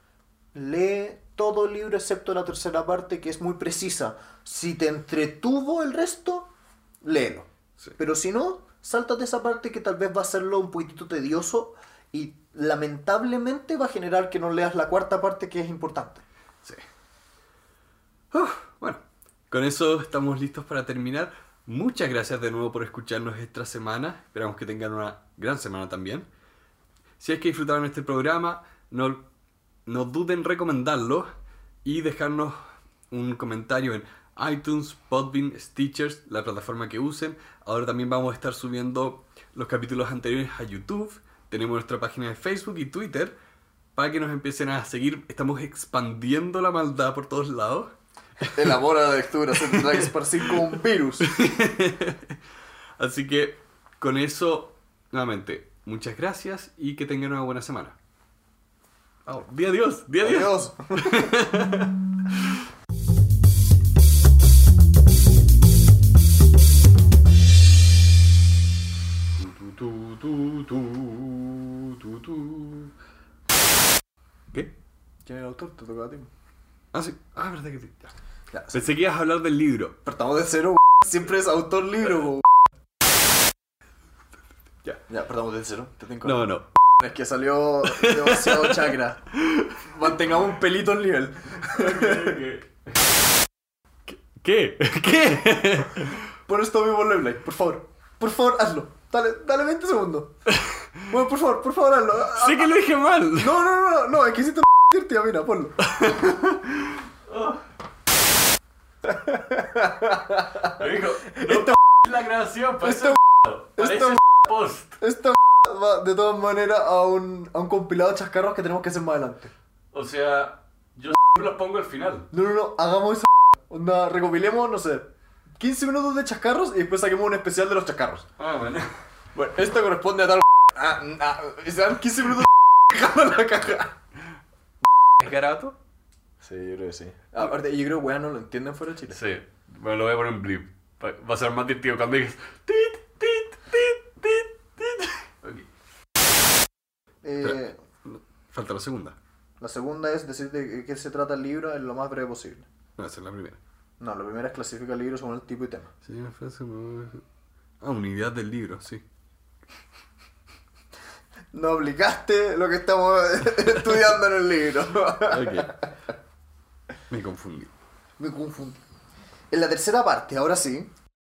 Lee todo el libro excepto la tercera parte, que es muy precisa. Si te entretuvo el resto, léelo. Sí. Pero si no, sáltate esa parte que tal vez va a hacerlo un poquitito tedioso y lamentablemente va a generar que no leas la cuarta parte, que es importante. Sí. Uh, bueno, con eso estamos listos para terminar. Muchas gracias de nuevo por escucharnos esta semana. Esperamos que tengan una gran semana también. Si es que disfrutaron este programa, no, no duden en recomendarlo y dejarnos un comentario en iTunes, Podbean, Stitchers, la plataforma que usen. Ahora también vamos a estar subiendo los capítulos anteriores a YouTube. Tenemos nuestra página de Facebook y Twitter para que nos empiecen a seguir. Estamos expandiendo la maldad por todos lados. El amor a la lectura se tendrá que esparcir como un virus. Así que con eso, nuevamente, muchas gracias y que tengan una buena semana. Oh, di adiós, di adiós. Adiós. Tu, tu, tu, tu, tu. ¿Qué? ¿Quién es el autor? Te toca a ti. Ah, sí. Ah, verdad que sí. Ya. Ya, sí. Pensé que ibas a hablar del libro. Partamos de cero, siempre es autor libro. Ya. Ya, partamos de cero. Te tengo. No, no. Es que salió demasiado chakra. Mantengamos un pelito al nivel. ¿Qué? ¿Qué? Por esto mismo en play, por favor. Por favor, hazlo. Dale, dale veinte segundos. Bueno, por favor, por favor, hazlo. Sé que lo dije mal. No, no, no, no, no, es que hiciste una tía, mira, ponlo. Dijo, Esta es la grabación, para Esta- eso para esta- eso post. Esta va de todas maneras a un, a un compilado de chascarros que tenemos que hacer más adelante. O sea, yo los pongo al final. No, no, no, hagamos esa onda, recopilemos, no sé, quince minutos de chascarros y después saquemos un especial de los chascarros. Ah, bueno. Bueno, esto corresponde a tal ah, ah, y se dan quince minutos de la caja. ¿Es garato? Sí, yo creo que sí. Aparte, yo creo que weá no lo entienden fuera de Chile. Sí. Bueno, lo voy a poner en blip. Va va a ser más divertido cuando digas tit, tit, tit, tit, tit. Ok. Eh, Falta la segunda. la segunda es decir de qué se trata el libro en lo más breve posible. No, esa es la primera. No, la primera es clasificar el libro según el tipo y tema. Sí, una frase, no- Ah, unidad del libro, sí. No aplicaste lo que estamos estudiando en el libro. Ok. Me confundí. Me confundí. En la tercera parte, ahora sí,